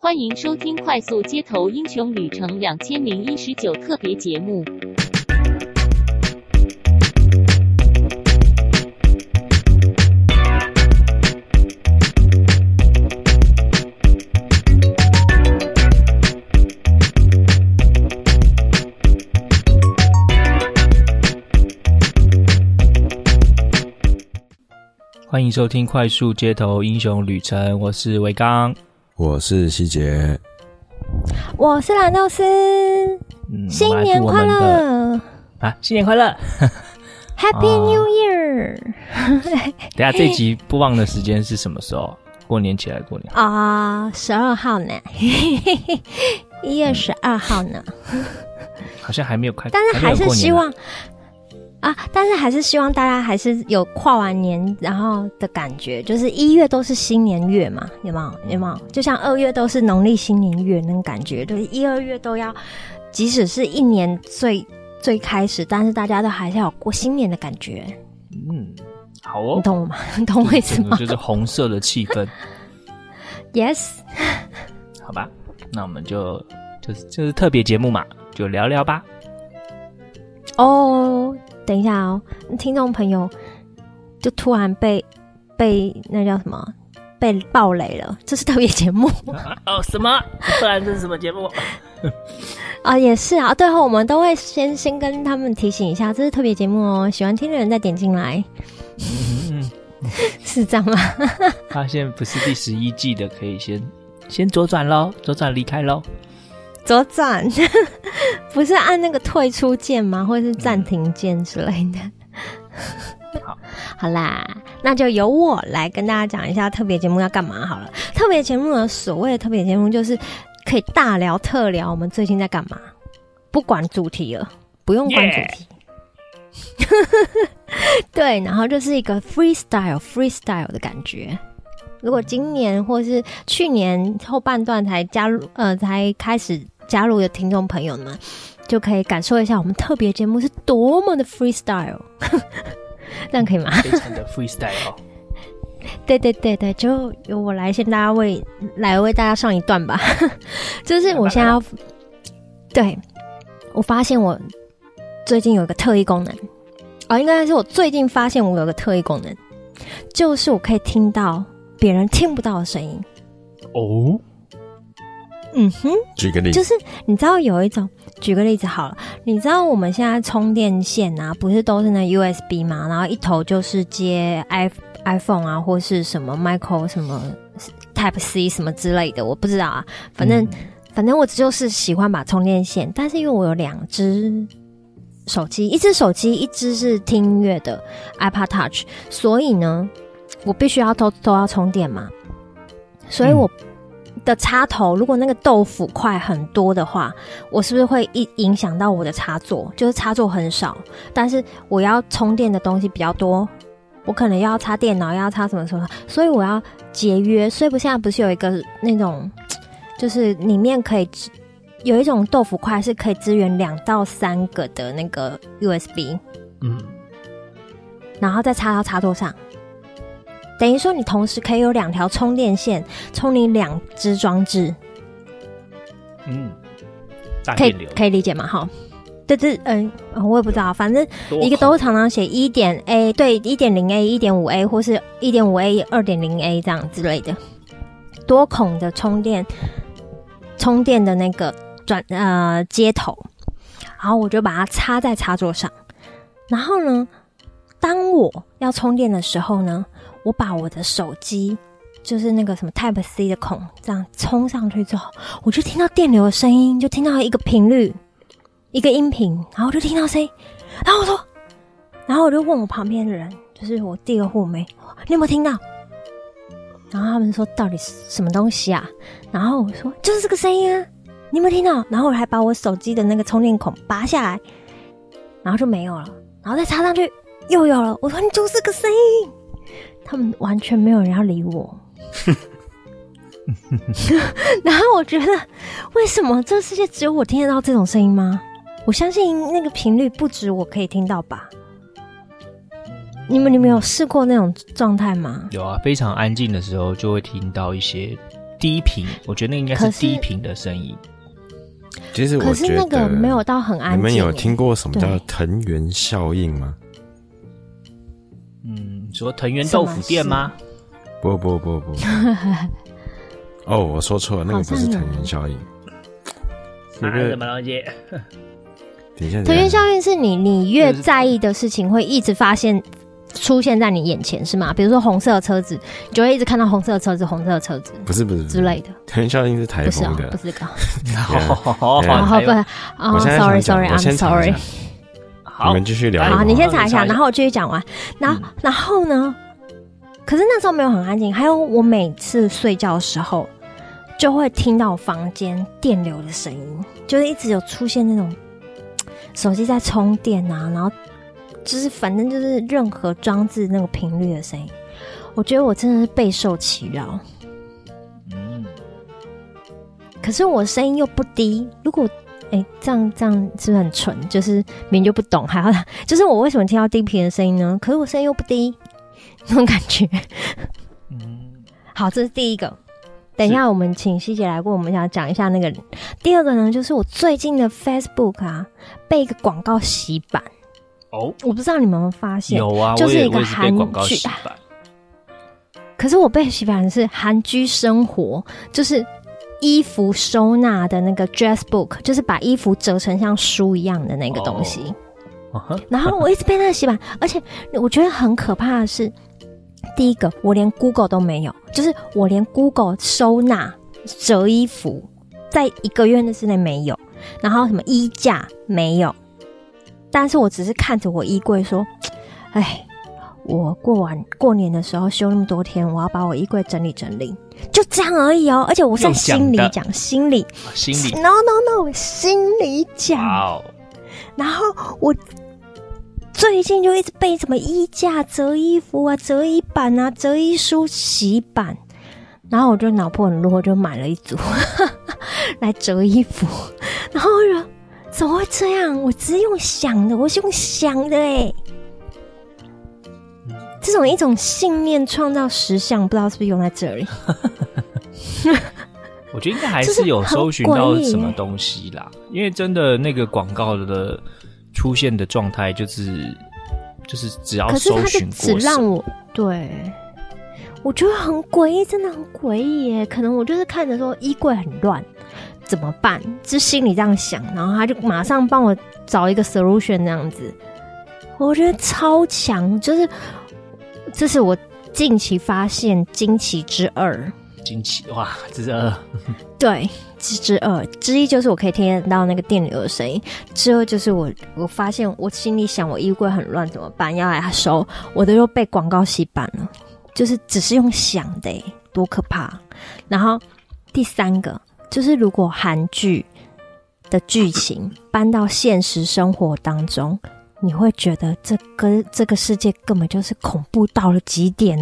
欢迎收听快速街头英雄旅程2019特别节目。 欢迎收听快速街头英雄旅程，我是维刚， 我是希杰， 我是蓝豆丝。新年快乐啊！新年快乐 ，Happy New Year！ 等一下这一集播放的时间是什么时候？过年起来过年啊，12号呢？1月12号呢？ 好像还没有开， 但是还是希望。但是还是希望大家还是有跨完年然后的感觉，就是1月都是新年月嘛，有没有？就像2月都是农历新年月那种感觉，对，1、2月都要，即使是一年最开始，但是大家都还是要有过新年的感觉。 好哦， 你懂我吗？你懂我意思吗？ 就是红色的气氛。 Yes， 好吧，那我们就是特别节目嘛，就聊聊吧。 等一下哦，听众朋友就突然被那叫什么被爆雷了，这是特别节目什么？不然这是什么节目？ 也是啊，对后我们都会先跟他们提醒一下，这是特别节目哦，喜欢听的人再点进来。是这样吗？ 发现不是第11季的，可以先左转咯，左转离开咯。 左转不是按那个退出键吗？或者是暂停键之类的。好啦，那就由我来跟大家讲一下特别节目要干嘛好了。特别节目呢，所谓的特别节目就是可以大聊特聊我们最近在干嘛，不管主题了，不用管主题。对，然后就是一个 freestyle 的感觉。如果今年或是去年后半段才开始加入的听众朋友们，就可以感受一下我们特别节目是多么的 freestyle。 这样可以吗？ 非常的 freestyle。 对，就由我来为大家上一段吧。就是我现在对，我发现我最近有一个特异功能，应该是我最近发现我有个特异功能，就是我可以听到别人听不到的声音。 举个例子， 就是你知道有一种，举个例子好了，你知道我们现在充电线啊，不是都是那 USB 吗？然后一头就是接 iPhone 啊，或是什么 Micro 什么 Type C 什么之类的，我不知道啊。反正我就是喜欢把充电线，但是因为我有2只手机，一只手机，一只是听音乐的 iPod Touch， 所以呢，我必须要都要充电嘛，所以我的插头如果那个豆腐块很多的话，我是不是会影响到我的插座？就是插座很少，但是我要充电的东西比较多，我可能要插电脑，要插什么什么，所以我要节约。所以现在不是有一个那种，就是里面可以有一种豆腐块是可以支援2到3个的那个 USB， 然后再插到插座上。等于说你同时可以有2条充电线充你2只装置。可以理解吗？齁，对，我也不知道，反正一个都常常写1.A， 对， 1.0A 1.5A 或是 1.5A 2.0A 这样之类的多孔的充电的那个接头，然后我就把它插在插座上，然后呢，当我要充电的时候呢，我把我的手机就是那个什么 Type C 的孔这样冲上去之后，我就听到电流的声音，就听到一个频率，一个音频，然后我就听到声音，然后我就问我旁边的人，就是我第2户妹，你有没有听到？然后他们说到底是什么东西啊？然后我说就是这个声音啊，你有没有听到？然后我还把我手机的那个充电孔拔下来，然后就没有了，然后再插上去又有了。我说你就是个声音，他们完全没有人要理我。然后我觉得为什么这世界只有我听得到这种声音吗？我相信那个频率不止我可以听到吧。你们有试过那种状态吗？ 有啊，非常安静的时候就会听到一些低频，我觉得那应该是低频的声音。 其实我觉得， 可是那个没有到很安静。 你们有听过什么叫藤原效应吗？ 说藤原豆腐店吗？ 不。哦，我说错了，那个不是藤原效应。 那个什么东西？ 等一下， 藤原效应是你越在意的事情会一直出现在你眼前是吗？比如说红色的车子，你就会一直看到红色的车子，不是之类的。 藤原效应是台风的， 不是个。 sorry， I'm sorry。 你们继续聊。 好，你先查一下，然后我继续讲完。然后呢？可是那时候没有很安静。还有我每次睡觉的时候，就会听到房间电流的声音，就是一直有出现那种手机在充电啊，然后就是反正就是任何装置那个频率的声音。我觉得我真的是备受其扰。可是我声音又不低，如果这样是不是很蠢？就是明明就不懂，还要就是我为什么听到低频的声音呢？可是我声音又不低，那种感觉。好，这是第一个。等一下，我们请希姐来过，我们想讲一下那个。第二个呢，就是我最近的 Facebook 啊，被一个广告洗版。我不知道你们有没有发现？ 有啊， 就是一个韩剧。可是我被洗版的是韩居生活，就是衣服收纳的那个 dress book， 就是把衣服折成像书一样的那个东西。然后我一直被那个洗版，而且我觉得很可怕的是，第一个我连 Google 都没有，就是我连 Google 收纳折衣服在1个月的之内没有，然后什么衣架没有，但是我只是看着我衣柜说，我过年的时候休那么多天，我要把我衣柜整理整理，就这样而已哦。而且我是在心里讲，心里 no 心里讲。Wow. 然后我最近就一直被什么衣架、折衣服啊、折衣板啊、折衣书洗版，然后我就脑破很弱，就买了一组来折衣服。然后我说怎么会这样？我只是用想的，我是用想的这种一种信念创造实相，不知道是不是用在这里。 我觉得应该还是有搜寻到什么东西啦，因为真的那个广告的出现的状态就是只要搜寻过，可是它就只让我觉得很诡异，真的很诡异耶。可能我就是看着说衣柜很乱怎么办，就心里这样想，然后他就马上帮我找一个 solution 那样子，我觉得超强。就是这是我近期发现惊奇之二。 惊奇哇，之二。 对，之二，之一就是我可以听得到那个电流的声音，之二就是我发现我心里想我衣柜很乱怎么办，要来收，我的又被广告洗版了，就是只是用想的多可怕。然后第三个就是如果韩剧的剧情搬到现实生活当中，你会觉得这个世界根本就是恐怖到了极点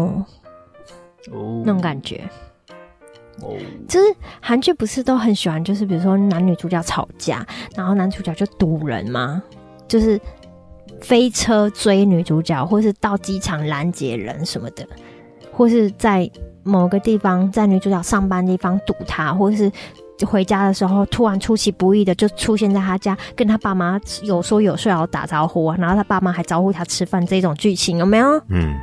那种感觉。就是韩剧不是都很喜欢，就是比如说男女主角吵架，然后男主角就堵人吗？就是飞车追女主角，或是到机场拦截人什么的，或是在某个地方，在女主角上班的地方堵她，或是回家的时候突然出其不意的就出现在她家，跟她爸妈有说有笑打招呼啊，然后她爸妈还招呼她吃饭，这种剧情有没有？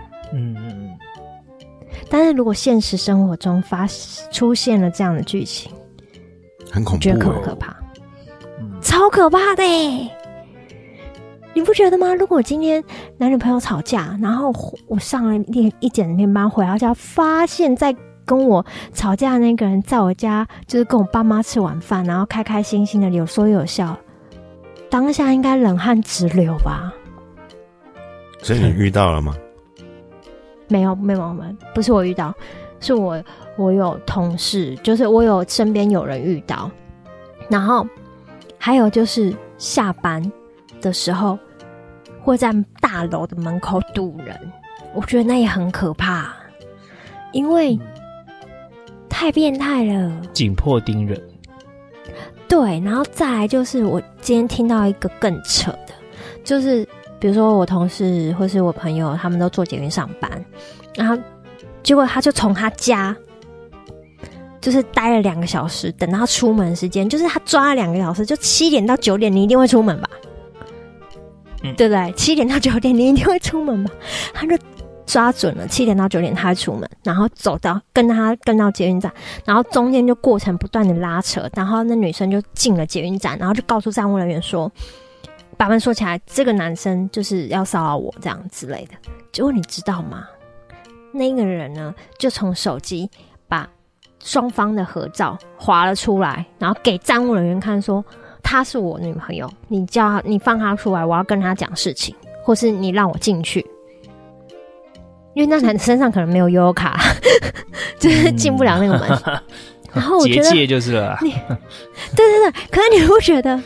但是如果现实生活中出现了这样的剧情， 很恐怖， 觉得很可怕，超可怕的你不觉得吗？如果今天男女朋友吵架，然后我上了一整天班回到家，发现在跟我吵架的那个人在我家，就是跟我爸妈吃晚饭，然后开开心心的有说有笑，当下应该冷汗直流吧？ 所以你遇到了吗？ 没有，不是我遇到，是我有同事，就是我有身边有人遇到，然后还有就是下班的时候会在大楼的门口堵人，我觉得那也很可怕，因为太变态了， 紧迫盯人。 对，然后再来就是我今天听到一个更扯的，就是比如说我同事或是我朋友，他们都坐捷运上班，然后结果他就从他家就是待了2个小时，等到他出门时间，就是他抓了2个小时，就7点到9点，你一定会出门吧？对不对？7点到9点，你一定会出门吧？他就抓准了7点到9点他会出门，然后走到跟到捷运站，然后中间就过程不断的拉扯，然后那女生就进了捷运站，然后就告诉站务人员说，把门锁起来，这个男生就是要骚扰我这样之类的。结果你知道吗？那个人呢，就从手机把双方的合照划了出来，然后给站务人员看说，她是我女朋友，你放她出来，我要跟她讲事情，或是你让我进去。因为那男的身上可能没有悠游卡，就是进不了那个门。然后我觉得结界就是了。 对，可是你不觉得，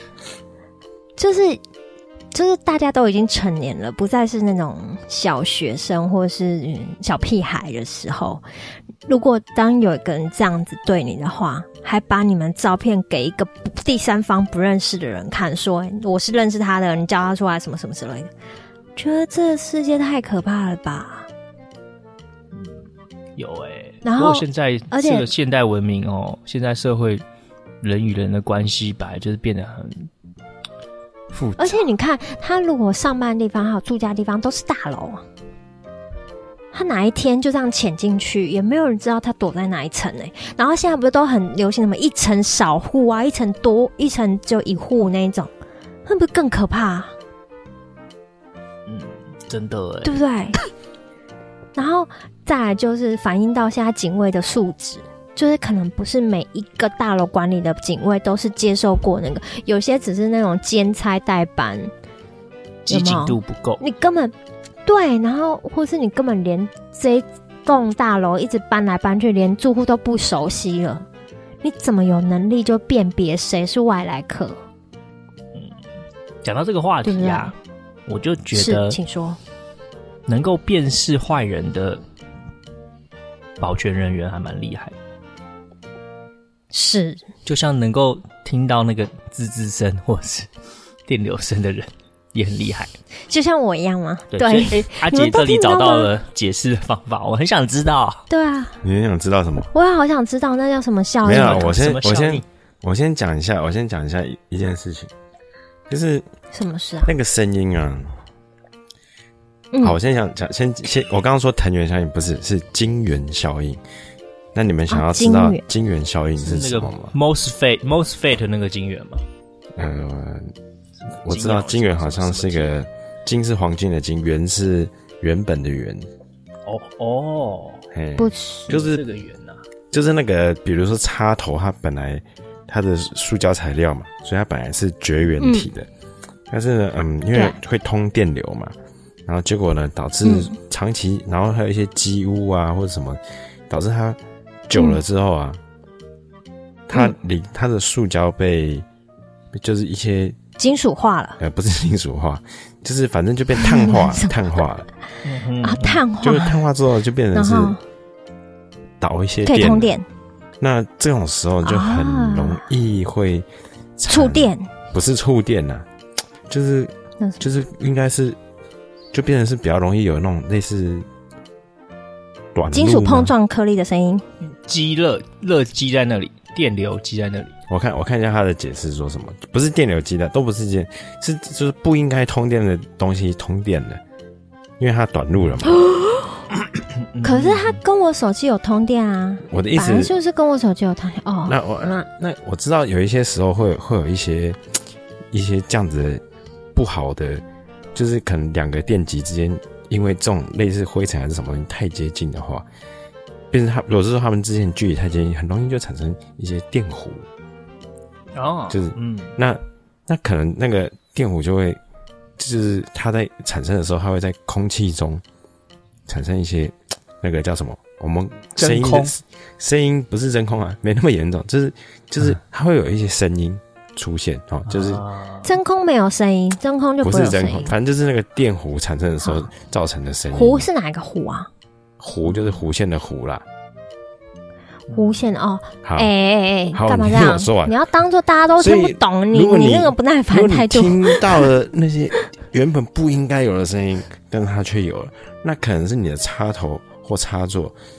就是大家都已经成年了，不再是那种小学生或是小屁孩的时候，如果当有一个人这样子对你的话，还把你们照片给一个第三方不认识的人看，说我是认识他的，你叫他出来什么什么之类的，觉得这个世界太可怕了吧。 有然后不过现在这个现代文明现在社会人与人的关系本来就是变得很复杂， 而且你看他如果上班的地方还有住家的地方都是大楼，他哪一天就这样潜进去，也没有人知道他躲在哪一层然后现在不是都很流行什么一层少户啊，一层就一户那一种，那不是更可怕真的对不对？然后再来就是反映到现在警卫的素质，就是可能不是每一个大楼管理的警卫都是接受过那个，有些只是那种兼差代班， 机警度不够， 你根本对，然后或是你根本连这一栋大楼一直搬来搬去，连住户都不熟悉了，你怎么有能力就辨别谁是外来客？ 讲到这个话题啊，我就觉得， 请说， 能够辨识坏人的保全人员还蛮厉害， 是， 就像能够听到那个吱吱声或是电流声的人也很厉害， 就像我一样吗？ 对，阿杰这里找到了解释的方法，我很想知道。 对啊， 你很想知道什么？ 我也好想知道那叫什么效应。 没有，我先讲一下，一件事情，就是什么事啊？ 那个声音啊。好，我先我刚刚说藤原效应不是，是晶圆效应。那你们想要知道晶圆效应是什么吗 ？MOSFET 那个晶圆吗？ 我知道晶圆好像是一个金是黄金的金，圆是原本的圆。 不是， 就是这个圆啊， 就是那个比如说插头，它本来它的塑胶材料嘛，所以它本来是绝缘体的，但是呢，因为会通电流嘛。然后结果呢，导致长期，然后还有一些积污啊或者什么，导致它久了之后啊，它的塑胶被就是一些金属化了， 不是金属化，就是反正就变碳化了，碳化了碳化， 就是碳化之后就变成是导一些电， 可以通电。 那这种时候就很容易会触电， 不是触电啊，就是应该是。就变成是比较容易有那种类似短路金属碰撞颗粒的声音， 热积在那里，电流积在那里。 我看一下他的解释说什么，不是电流积的，都不是就是不应该通电的东西通电的，因为它短路了嘛。 可是他跟我手机有通电啊， 我的意思反正就是跟我手机有通电哦。 那我知道有一些时候会有一些这样子的不好的。就是可能两个电极之间，因为这种类似灰尘还是什么东西太接近的话，变成如果是说他们之间距离太接近，很容易就产生一些电弧。就是那可能那个电弧就会，就是它在产生的时候，它会在空气中产生一些那个叫什么？我们声音不是真空啊，没那么严重，就是它会有一些声音。出现就是真空没有声音，真空就不会有声音。 不是真空，反正就是那个电弧产生的时候造成的声音。 弧是哪一个弧啊？ 弧就是弧线的弧啦。 弧线哦， 好， 干嘛这样？你要当做大家都听不懂，你那个不耐烦态度。 听到了那些原本不应该有的声音，但是它却有了，那可能是你的插头或插座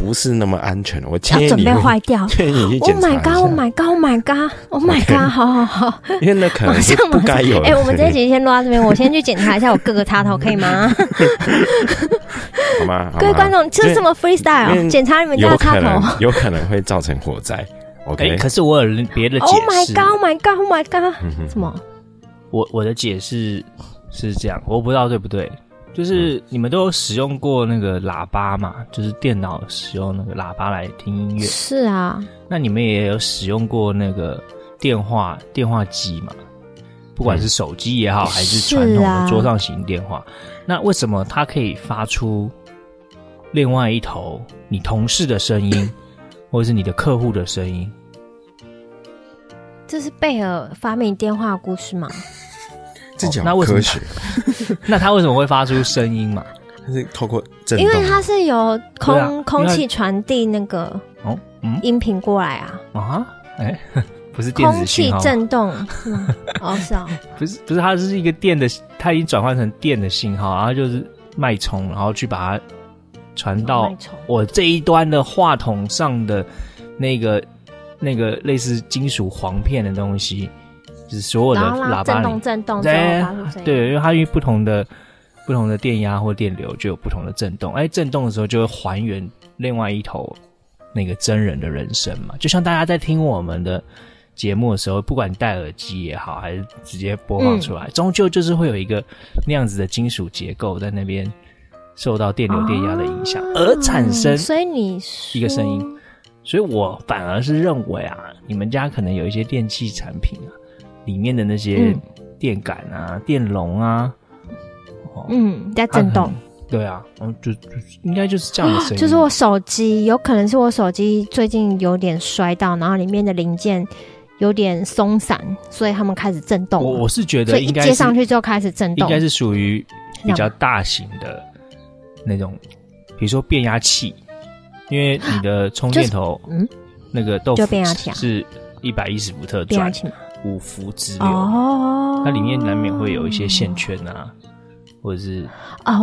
不是那么安全，我建议你要准备坏掉， 建议你去检查一下。 Oh my god！ 好， 因为那可能是不该有的。 我们这一集先录到这边，我先去检查一下我各个插头，可以吗？ 好吗？ 各位观众，这什么 freestyle？ 检查你们家的插头， 有可能会造成火灾。OK， 可是我有别的解释。 Oh my god！ 什么？ 我的解释是这样，我不知道对不对。就是你们都有使用过那个喇叭嘛，就是电脑使用那个喇叭来听音乐。 是啊。那你们也有使用过那个电话机嘛？不管是手机也好，还是传统的桌上型电话。那为什么它可以发出另外一头你同事的声音，或者是你的客户的声音？ 这是贝尔发明电话的故事吗？ 这讲科学。 那它为什么会发出声音嘛？ 它是透过震动， 因为它是由空气传递那个音频过来啊。 不是电子信号， 空气震动是吗？是啊， 不是，它是一个电的，它已经转换成电的信号，然后就是脉冲，然后去把它传到我这一端的话筒上的那个类似金属簧片的东西。就是所有的喇叭里震动， 对，因为它因为不同的电压或电流就有不同的震动，震动的时候就会还原另外一头那个真人的人声嘛。就像大家在听我们的节目的时候，不管你戴耳机也好，还是直接播放出来，终究就是会有一个那样子的金属结构在那边受到电流电压的影响，而产生一个声音。所以我反而是认为啊，你们家可能有一些电器产品啊，里面的那些电感啊、电容啊， 在震动。 对啊，就应该就是这样的声音。 就是我手机，有可能是我手机最近有点摔到，然后里面的零件有点松散，所以他们开始震动。 我是觉得应该是接上去之后开始震动， 应该是属于比较大型的那种，比如说变压器，因为你的充电头，那个豆腐是110伏特转5伏直流，它里面难免会有一些线圈啊，或者是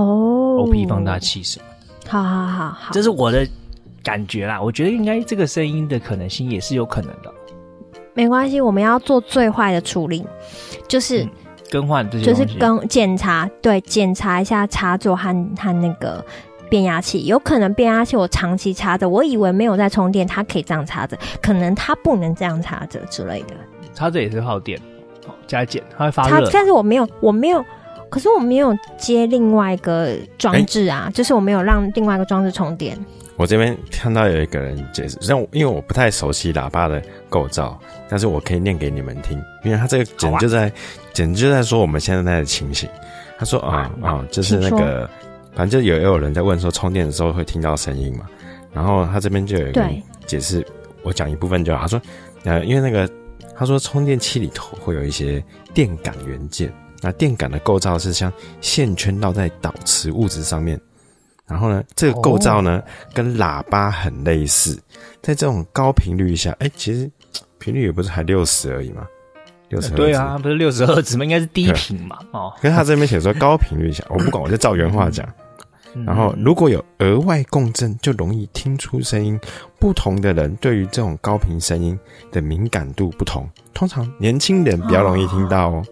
OP 放大器什么的。 好， 这是我的感觉啦。我觉得应该这个声音的可能性也是有可能的。 没关系，我们要做最坏的处理，就是更换这些东西， 就是检查一下插座和那个变压器。有可能变压器我长期插着，我以为没有在充电，它可以这样插着，可能它不能这样插着之类的。 插着也是耗电，加减它会发热。 但是我没有，可是我没有接另外一个装置啊，就是我没有让另外一个装置充电。 我这边看到有一个人解释，因为我不太熟悉喇叭的构造，但是我可以念给你们听，因为他这个简直就在说我们现在的情形。他说就是那个，反正就有人在问说充电的时候会听到声音嘛，然后他这边就有一个解释，我讲一部分就好。他说因为那个他说充电器里头会有一些电感元件，那电感的构造是像线圈绕在导磁物质上面，然后呢这个构造呢跟喇叭很类似，在这种高频率下，其实频率也不是还60而已嘛，60 对啊，不是60赫兹吗？应该是低频嘛。 可是他这边写说高频率下，我不管，我就照原话讲。然后如果有额外共振，就容易听出声音。不同的人对于这种高频声音的敏感度不同，通常年轻人比较容易听到哦。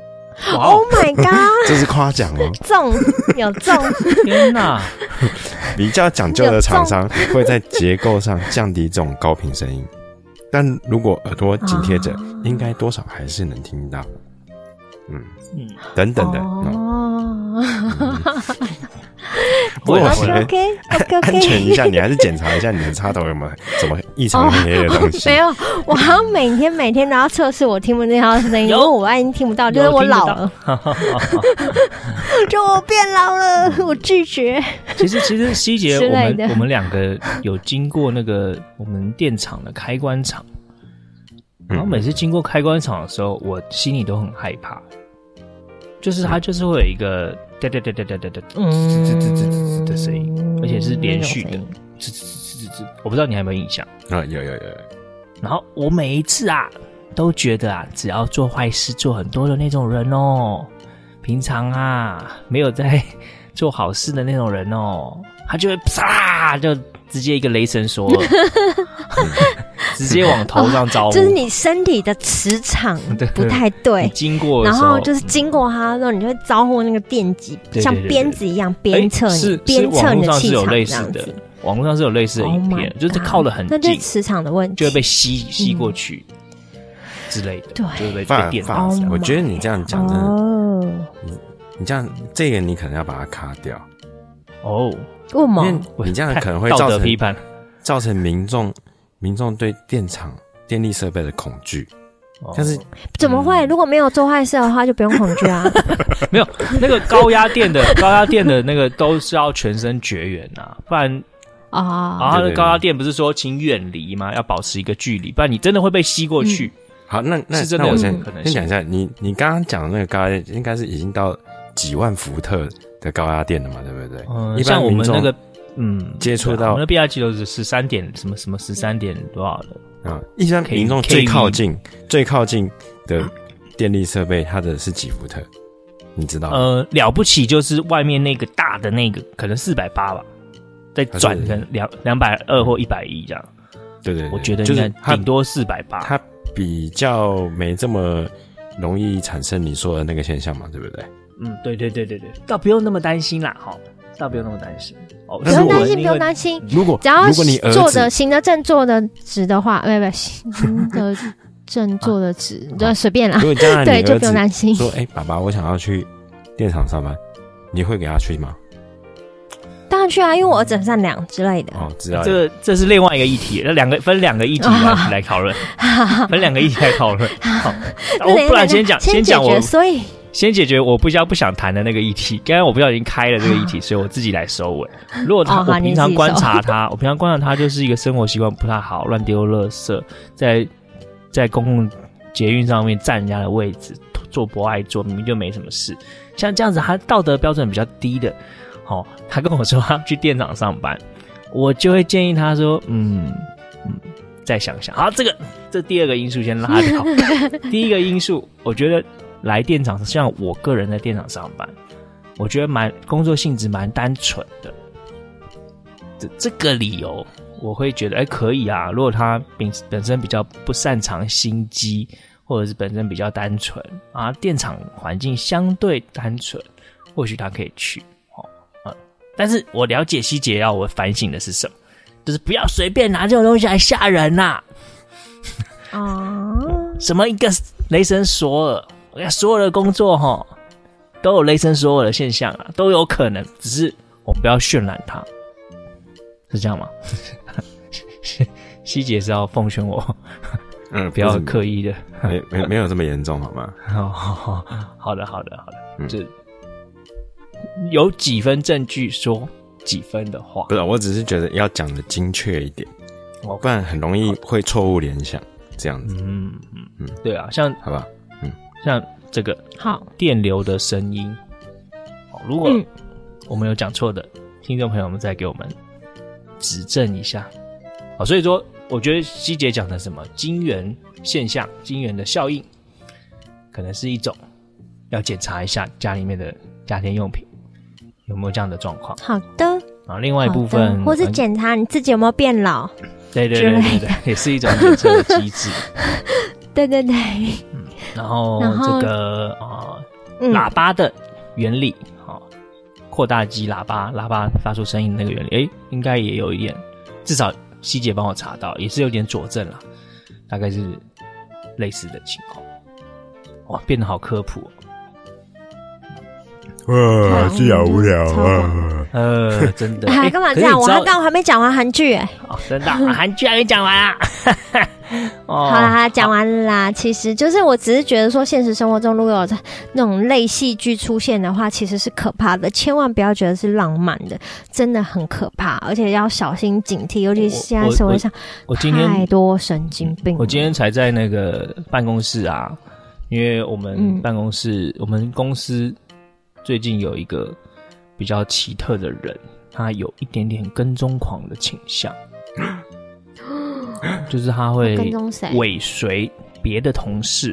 Oh my god！ 这是夸奖哦， 有中！ 天哪！ 比较讲究的厂商会在结构上降低这种高频声音，但如果耳朵紧贴着，应该多少还是能听到。等等的。不过我觉得安全一下，你还是检查一下你的插头有没有什么异常黑的东西。 没有，我好像每天都要测试我听不听到的声音，因为我已经听不到，就是我老了，就我变老了，我拒绝。 其实希杰，我们两个有经过那个我们电厂的开关厂，然后每次经过开关厂的时候，我心里都很害怕，就是它就是会有一个哒哒哒哒哒哒哒吱的声音，而且是连续的吱，我不知道你还有没有印象啊？有。 然后我每一次啊，都觉得啊，只要做坏事做很多的那种人哦，平常啊没有在做好事的那种人哦，他就会啪啪就直接一个雷神索尔，直接往头上招呼， 就是你身体的磁场不太对， 经过的然时候后就是经过它的时候，你就会招呼那个电极，像鞭子一样鞭策你，鞭策你的气场这样子。 网络上是有类似的影片，就是靠得很近， 那就是磁场的问题， 就会被吸过去之类的， 对， 就会被电到。 我觉得你这样讲真的，你这样这个你可能要把它卡掉哦。 为什么？ 因为你这样可能会道德批判， 造成民众对电厂电力设备的恐惧。但是怎么会？如果没有做坏事的话，就不用恐惧啊。 没有那个高压电的那个都是要全身绝缘啊，不然。然后高压电不是说请远离吗？要保持一个距离，不然你真的会被吸过去。 好，那是真的有可能性。 先讲一下，你刚刚讲的那个高压电，应该是已经到几万伏特的高压电了嘛，对不对？ 像我们那个接触到我们的 BR 机都是13点什么13点多少的一般民众最靠近的电力设备，它的是几伏特？你知道吗？ 了不起就是外面那个大的那个，可能480吧。再转可能220或110这样， 对， 我觉得应该顶多480， 它比较没这么容易产生你说的那个现象嘛，对不对？ 对，倒不用那么担心啦，倒不用那么担心。 不用担心，不用担心。 如果你坐的行得正，坐的直的话，不行得正，坐的直，就随便啦。 如果将来对，就不用担心。 说，爸爸，我想要去电厂上班，你会给他去吗？ 当然去啊，因为我儿子很善良之类的。 知道。 这是另外一个议题，分两个议题来讨论，分两个议题来讨论。好，不然先讲我， 所以先解决我不想谈的那个议题。刚刚我不小心开了这个议题，所以我自己来收尾。如果我平常观察他就是一个生活习惯不太好，乱丢垃圾，在公共捷运上面占人家的位置，做不爱做，明明就没什么事。像这样子，他道德标准比较低的。他跟我说他去电厂上班，我就会建议他说，再想想。好，这第二个因素先拉掉。第一个因素，我觉得来电厂，像我个人在电厂上班，我觉得工作性质蛮单纯的。这个理由，我会觉得可以啊。如果他本身比较不擅长心机，或者是本身比较单纯啊，电厂环境相对单纯，或许他可以去。但是我了解希杰要我反省的是什么，就是不要随便拿这种东西来吓人呐。什么一个雷神索尔，所有的工作都有雷神索尔的现象啊，都有可能，只是我们不要渲染它，是这样吗？希杰是要奉劝我，不要刻意的， 没有这么严重好吗？ 好的，就。有几分证据说几分的话， 不是，我只是觉得要讲的精确一点，不然很容易会错误联想这样子。对啊，像好吧， 像这个电流的声音，如果我们有讲错的，听众朋友们再给我们指正一下。所以说，我觉得希杰讲的什么晶圆现象、晶圆的效应，可能是一种要检查一下家里面的家电用品。有没有这样的状况？好的。 然后另外一部分， 或是检查你自己有没有变老， 对，也是一种检测的机制。 对。 然后这个喇叭的原理，扩大机喇叭发出声音的那个原理，应该也有一点，至少希杰帮我查到，也是有点佐证啦，大概是类似的情况。哇，变得好科普是好无聊啊！ 真的。 干嘛这样？我还没讲完韩剧真的，韩剧还没讲完啊！ 好啦，讲完了啦。其实就是我只是觉得说，现实生活中如果有那种类戏剧出现的话，其实是可怕的，千万不要觉得是浪漫的，真的很可怕，而且要小心警惕，尤其是现在社会上太多神经病。 我今天才在那个办公室啊，因为我们办公室，我们公司最近有一个比较奇特的人，他有一点点跟踪狂的倾向。就是他会尾随别的同事。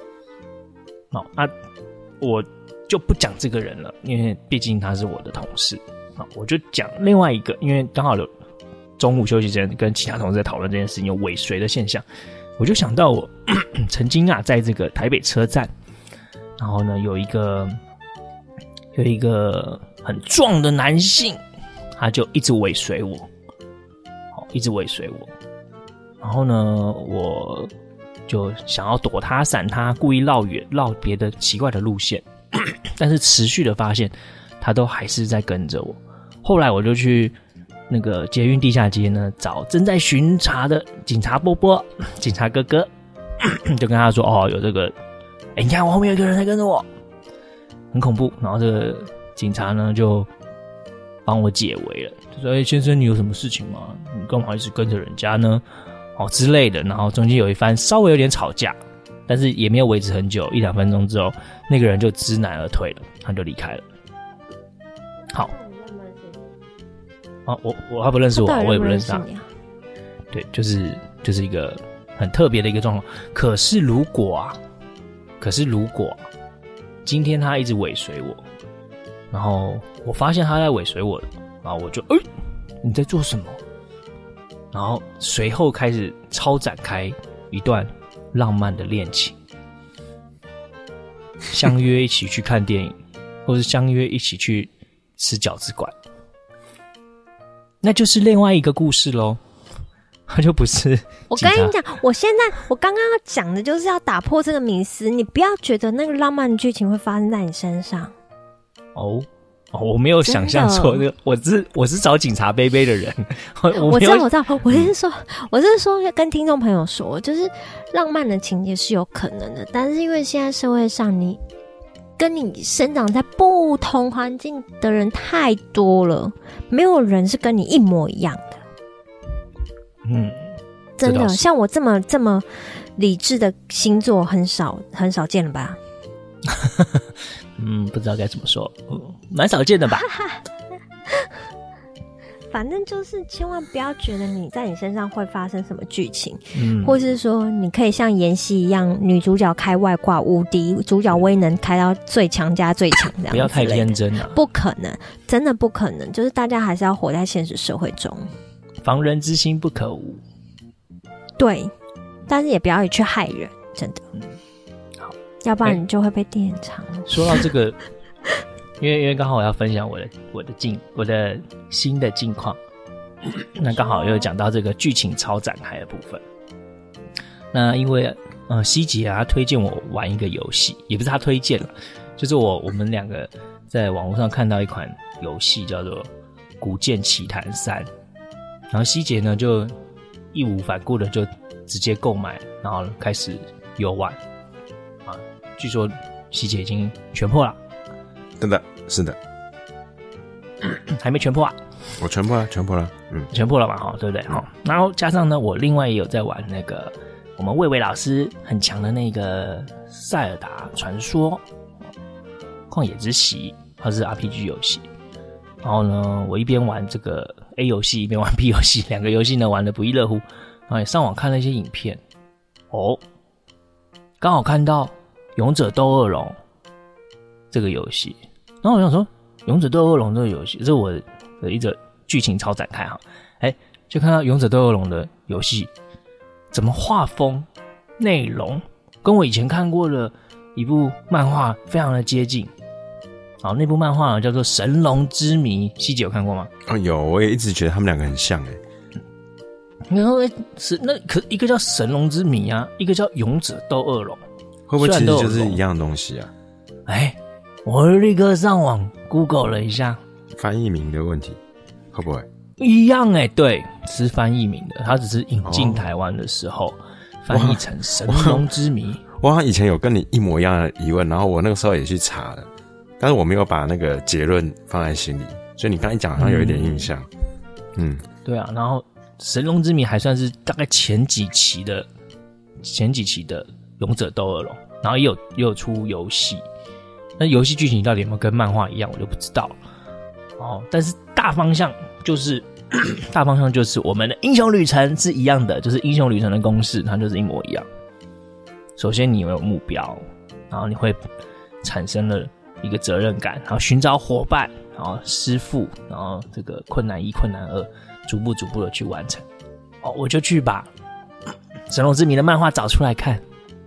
我就不讲这个人了，因为毕竟他是我的同事。我就讲另外一个，因为刚好中午休息时间跟其他同事在讨论这件事情有尾随的现象，我就想到我曾经啊在这个台北车站，然后呢有一个很壮的男性，他就一直尾随我，一直尾随我，然后呢我就想要躲他闪他，故意绕别的奇怪的路线，但是持续的发现他都还是在跟着我。后来我就去那个捷运地下街呢，找正在巡查的警察波波、警察哥哥，就跟他说：“哦，有这个，你看我后面有一个人在跟着我，很恐怖。”然后这个警察呢就帮我解围了，就说：“先生，你有什么事情吗？你干嘛一直跟着人家呢？之类的。”然后中间有一番稍微有点吵架，但是也没有维持很久，1-2分钟之后，那个人就知难而退了，他就离开了。好。他不认识我，我也不认识他。对，就是一个很特别的一个状况。可是如果今天他一直尾随我，然后我发现他在尾随我，然后我就你在做什么？然后随后开始超展开一段浪漫的恋情，相约一起去看电影，或是相约一起去吃饺子馆。那就是另外一个故事咯，他就不是。 我跟你讲，我刚刚要讲的就是要打破这个迷思，你不要觉得那个浪漫的剧情会发生在你身上。 我没有想象错，我是找警察杯杯的人。 我知道，我是说跟听众朋友说，就是浪漫的情节是有可能的，但是因为现在社会上你跟你生长在不同环境的人太多了，没有人是跟你一模一样的。真的，像我这么理智的星座很少见了吧？ 不知道该怎么说，蛮少见的吧。 反正就是千万不要觉得你在你身上会发生什么剧情，或是说你可以像妍希一样，女主角开外挂无敌，主角威能开到最强加最强这样。 不要太天真啊！ 不可能，真的不可能。就是大家还是要活在现实社会中， 防人之心不可无。 对，但是也不要去害人，真的。 好， 要不然你就会被电长。 说到这个。因为刚好我要分享我的新的近况，那刚好又讲到这个剧情超展开的部分。那因为希杰他推荐我玩一个游戏，也不是他推荐了，就是我们两个在网络上看到一款游戏叫做《古剑奇谭3》，然后希杰呢就义无反顾的就直接购买，然后开始游玩据说希杰已经全破了。 真的是的， 还没全破啊？ 我全破了， 全破了嘛，对不对？然后加上呢，我另外也有在玩那个我们魏魏老师很强的那个塞尔达传说旷野之息，它是 RPG 游戏。然后呢，我一边玩这个 A 游戏，一边玩 B 游戏，两个游戏呢玩得不亦乐乎。然后也上网看了一些影片，刚好看到《勇者斗恶龙》这个游戏，然后我想说《勇者斗恶龙》这个游戏，这是我的一个剧情超展开哈，就看到《勇者斗恶龙》的游戏，怎么画风、内容跟我以前看过的一部漫画非常的接近。好，那部漫画呢叫做《神龙之谜》，希姐有看过吗？ 有，我也一直觉得他们两个很像然后可一个叫《神龙之谜》啊，一个叫《勇者斗恶龙》， 会不会其实就是一样的东西啊？ 我立刻上网 Google 了一下， 翻译名的问题会不会一样？对，是翻译名的，它只是引进台湾的时候翻译成《神龙之谜》。 我好像以前有跟你一模一样的疑问，然后我那个时候也去查了，但是我没有把那个结论放在心里，所以你刚才讲好像有一点印象。 对啊，然后《神龙之谜》还算是大概前几期的《勇者斗恶龙》，然后也有出游戏。那游戏剧情到底有没有跟漫画一样，我就不知道但是大方向就是我们的英雄旅程是一样的，就是英雄旅程的公式，它就是一模一样。首先你有目标，然后你会产生了一个责任感，然后寻找伙伴，然后师父，然后这个困难1、困难2， 逐步的去完成。我就去把神龙之谜的漫画找出来看，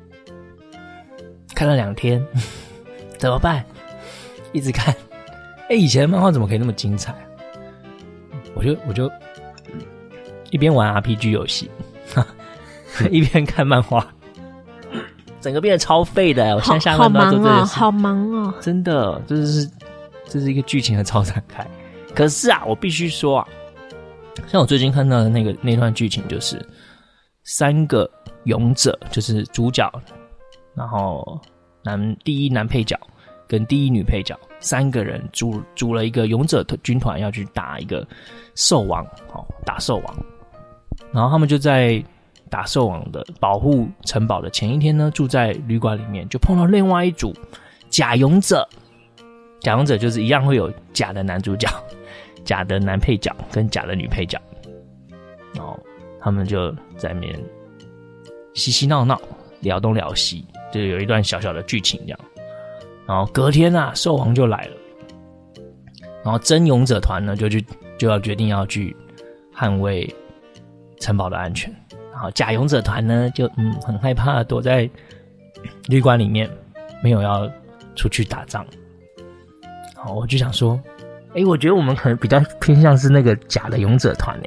看了2天，怎么办？一直看，以前的漫画怎么可以那么精彩？我就一边玩 RPG 游戏，一边看漫画，整个变得超废的。我现在下班都要做这件事， 好忙哦， 真的，这是一个剧情的超展开。可是啊，我必须说啊，像我最近看到的那段剧情，就是3个勇者，就是主角，然后第一男配角跟第一女配角3个人组了一个勇者军团，要去打一个兽王，打兽王。然后他们就在打兽王的保护城堡的前一天呢，住在旅馆里面，就碰到另外一组假勇者。假勇者就是一样会有假的男主角、假的男配角跟假的女配角，然后他们就在那边嬉嬉闹闹，聊东聊西，就有一段小小的剧情这样。然后隔天啊，兽王就来了，然后真勇者团呢就要决定要去捍卫城堡的安全，然后假勇者团呢就很害怕，躲在旅馆里面，没有要出去打仗。好，我就想说，我觉得我们可能比较偏向是那个假的勇者团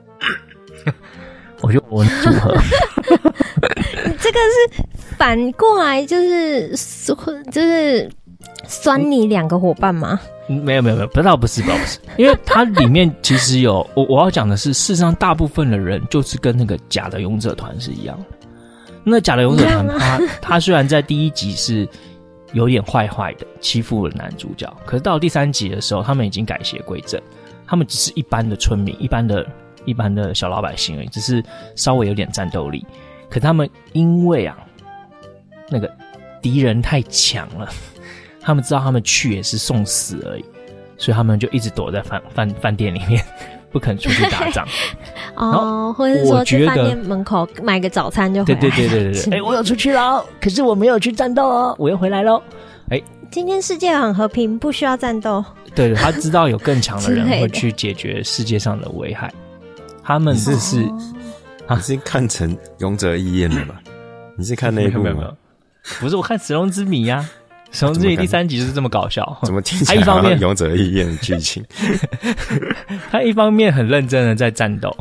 我觉得我们组合这个是反过来，就是酸你2个伙伴吗？ 没有，不是，因为它里面其实有我要讲的是，事实上大部分的人就是跟那个假的勇者团是一样的。那假的勇者团，他虽然在第1集是有点坏的欺负了男主角，可是到第3集的时候，他们已经改邪归正，他们只是一般的村民，一般的小老百姓而已，只是稍微有点战斗力。可他们因为啊，那个敌人太强了，他们知道他们去也是送死而已，所以他们就一直躲在饭店里面，不肯出去打仗。 或者是说在饭店门口买个早餐就回来。 对，我有出去了，可是我没有去战斗哦，我又回来咯。 今天世界很和平，不需要战斗。 对，他知道有更强的人会去解决世界上的危害。他们你是看成勇者义彦了吧？你是看那一部吗？ 不是，我看神龙之谜啊。神龙之谜第3集就是这么搞笑， 怎么听起来好像勇者义彦的剧情？ 他一方面很认真的在战斗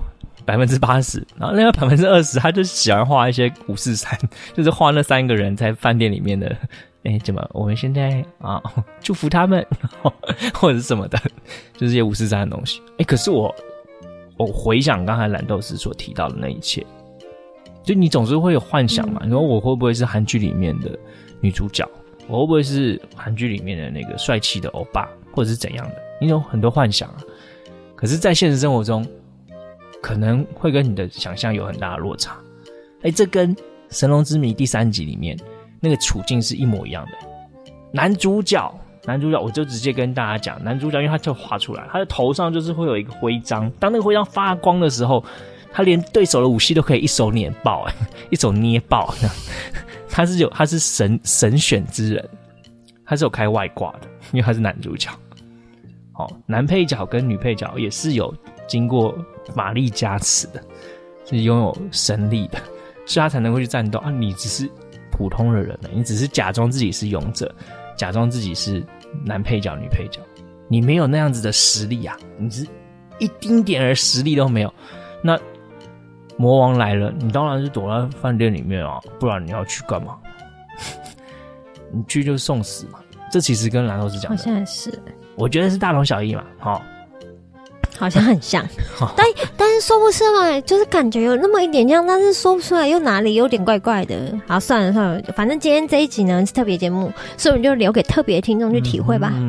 ，80%，然后另外20%他就喜欢画一些543，就是画那3个人在饭店里面的，怎么我们现在祝福他们，或者是什么的，就是一些543的东西。可是我回想刚才蓝豆师所提到的那一切，就你总是会有幻想嘛，你说我会不会是韩剧里面的女主角？我会不会是韩剧里面的那个帅气的欧巴，或者是怎样的？你有很多幻想啊。可是在现实生活中，可能会跟你的想象有很大的落差。这跟《神龙之谜》第3集里面那个处境是一模一样的。男主角我就直接跟大家讲，男主角因为他就画出来，他的头上就是会有一个徽章，当那个徽章发光的时候，他连对手的武器都可以一手碾爆，一手捏爆。他是神选之人，他是有开外挂的，因为他是男主角。男配角跟女配角也是有经过法力加持的，是拥有神力的，所以他才能够去战斗啊！你只是普通的人，你只是假装自己是勇者，假装自己是男配角、女配角，你没有那样子的实力啊！你是一丁点的实力都没有，那魔王来了，你当然是躲在饭店里面啊，不然你要去干嘛？你去就送死嘛！这其实跟蓝豆师讲的， 好像是， 我觉得是大同小异嘛， 好像很像，但是说不出来，就是感觉有那么一点像，但是说不出来又哪里有点怪怪的。好，算了，反正今天这一集呢是特别节目，所以我们就留给特别听众去体会吧。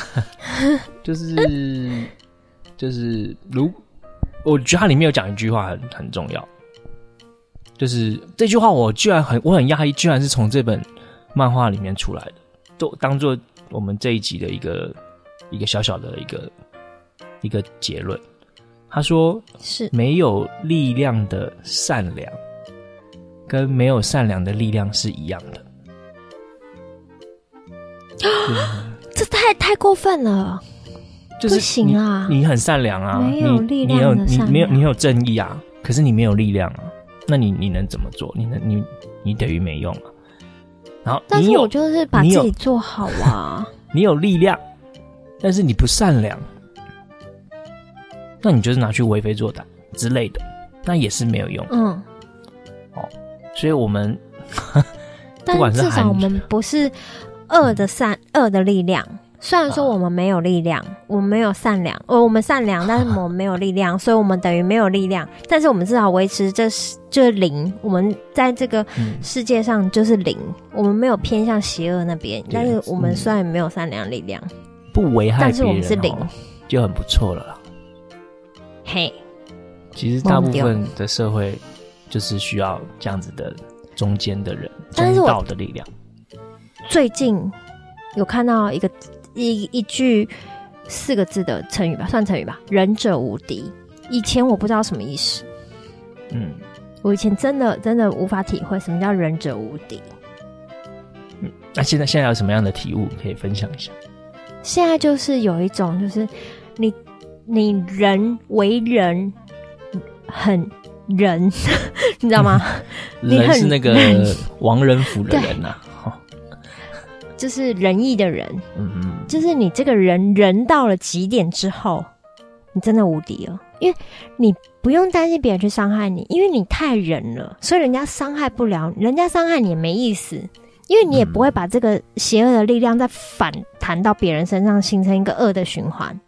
就是我觉得它里面有讲一句话很重要，就是这句话我很讶异，居然是从这本漫画里面出来的，都当做我们这一集的一个小小的一个结论。他说是没有力量的善良跟没有善良的力量是一样的。 这太过分了。 就是不行啊， 你很善良啊， 没有力量的善良， 你有正义啊，可是你没有力量啊，那你能怎么做？你等于没用啊。然后但是我就是把自己做好啊。 你有力量，但是你不善良，那你就是拿去为非作歹之类的，那也是没有用。所以我们不管是但至少我们不是恶的力量。虽然说我们没有力量，我们没有善良，我们善良，但是我们没有力量，所以我们等于没有力量。但是我们至少维持这零，我们在这个世界上就是零，我们没有偏向邪恶那边。但是我们虽然没有善良力量， 不危害别人， 但是我们是零， 就很不错了啦。 嘿， 其实大部分的社会就是需要这样子的中间的人，中道的力量。 最近有看到一句4个字的成语吧，算成语吧，仁者无敌。以前我不知道什么意思，我以前真的无法体会什么叫仁者无敌。 那现在有什么样的体悟可以分享一下？ 现在就是有一种，就是你人为人很仁，你知道吗？ 人是那个王仁甫的人啊。 就是仁义的人，就是你这个人到了极点之后，你真的无敌了，因为你不用担心别人去伤害你，因为你太仁了，所以人家伤害不了，人家伤害你也没意思，因为你也不会把这个邪恶的力量再反弹到别人身上，形成一个恶的循环。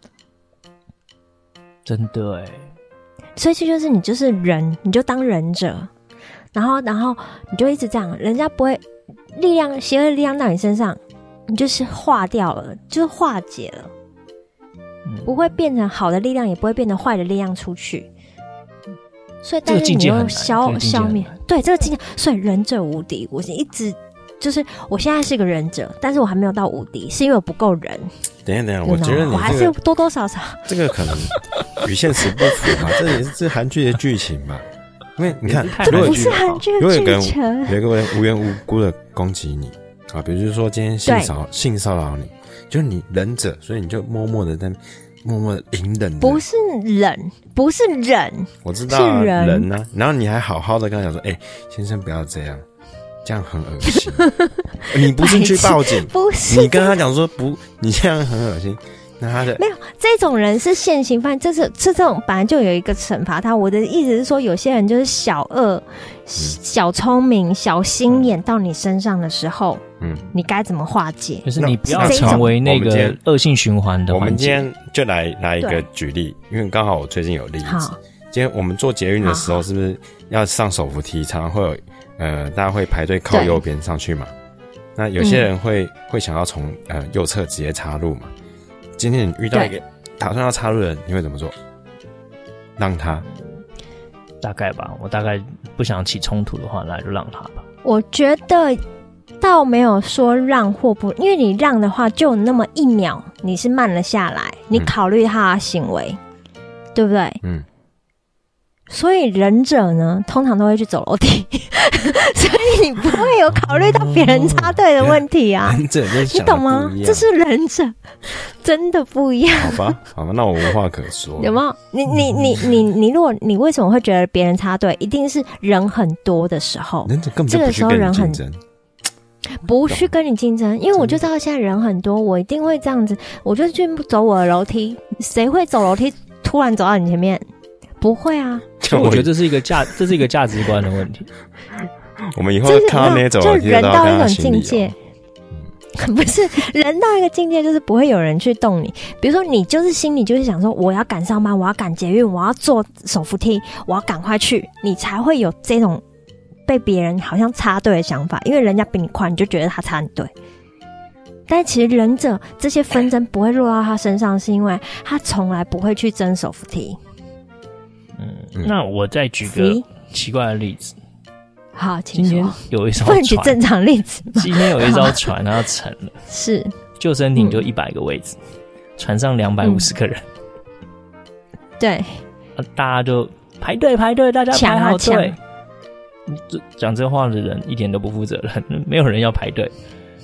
真的耶， 所以这就是你就是仁，你就当仁者，然后你就一直这样，人家不会邪恶力量到你身上，你就是化掉了，就是化解了，不会变成好的力量，也不会变成坏的力量出去。所以，但是你又消灭，对这个境界，所以仁者无敌。我一直就是我现在是个仁者，但是我还没有到无敌，是因为我不够仁。 等一下，我觉得你我还是多多少少这个可能与现实不符嘛，这也是韩剧的剧情嘛。因为你看， 这不是韩剧的剧情， 有一个人无缘无故的攻击你啊，比如说今天性骚扰你，就是你忍者，所以你就默默的隐忍。 不是忍，不是忍， 我知道啊，是忍啊。然后你还好好的跟他讲说，先生不要这样，这样很恶心。你不是去报警， 不是你跟他讲说不，你这样很恶心。 没有，这种人是现行犯，这种本来就有一个惩罚他。我的意思是说，有些人就是小恶、小聪明、小心眼到你身上的时候，你该怎么化解？ 就是你不要成为那个恶性循环的环节。 我们今天就来一个举例，因为刚好我最近有例子。今天我们坐捷运的时候，是不是要上手扶梯？常常会有大家会排队靠右边上去嘛？那有些人会想要从右侧直接插入嘛？今天你遇到一个打算要插入的人，你会怎么做？让他？ 大概吧，我大概不想起冲突的话，那就让他吧。 我觉得倒没有说让或不，因为你让的话，就有那么1秒你是慢了下来，你考虑他的行为，对不对？所以忍者呢，通常都会去走楼梯，所以你不会有考虑到别人插队的问题啊。 忍者就你懂吗？这是忍者，真的不一样。 好吧，那我无话可说。 有没有？你如果你为什么会觉得别人插队，一定是人很多的时候， 忍者根本就不去跟你竞争， 不去跟你竞争，因为我就知道现在人很多，我一定会这样子，我就去走我的楼梯。谁会走楼梯突然走到你前面？不会啊。 我觉得这是一个价值观的问题。 我们以后看到那种就人到一种境界，不是人到一个境界，就是不会有人去动你。比如说，你就是心里就是想说，我要赶上班，我要赶捷运，我要坐手扶梯，我要赶快去，你才会有这种被别人好像插队的想法，因为人家比你快，你就觉得他插你队。但其实忍者这些纷争不会落到他身上，是因为他从来不会去争手扶梯。 那我再举个奇怪的例子。 好，请说。 今天有一艘船， 不能举正常例子吗？ 今天有一艘船，它要沉了。 是。 救生艇就100个位置，船上250个人。 对。 大家就排队，大家排好队。讲这话的人一点都不负责任，没有人要排队。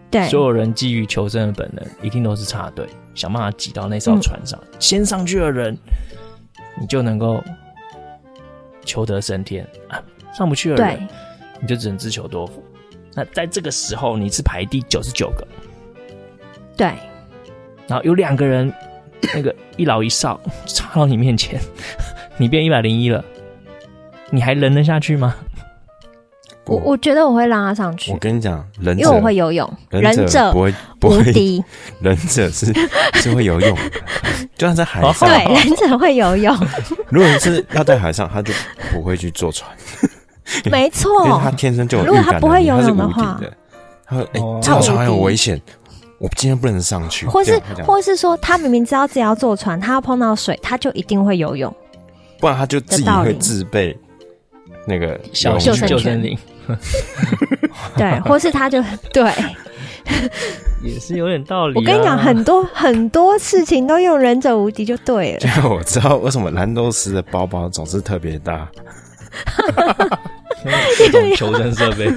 对， 所有人基于求生的本能，一定都是插队，想办法挤到那艘船上。先上去的人，你就能够求得升天啊；上不去的人，你就只能自求多福。那在这个时候，你是排第99个， 对， 然后有2个人，那个一老一少插到你面前，你变101了，你还忍得下去吗？ 我觉得我会让他上去。 我跟你讲，忍者因为我会游泳，忍者不会无敌， 忍者是会游泳的，就算在海上， 对，忍者会游泳。 如果是要在海上，他就不会去坐船。 没错， 因为他天生就有预如果感， 他不会游泳的话， 他说：“这条船很有危险，我今天不能上去。” 或是说，他明明知道自己要坐船，他要碰到水，他就一定会游泳， 不然他就自己会自备那个小型救生艇。 对，或是他就对， 也是有点道理。 我跟你讲，很多事情都用忍者无敌就对了。 就我知道为什么兰多斯的包包总是特别大， 这种求生设备，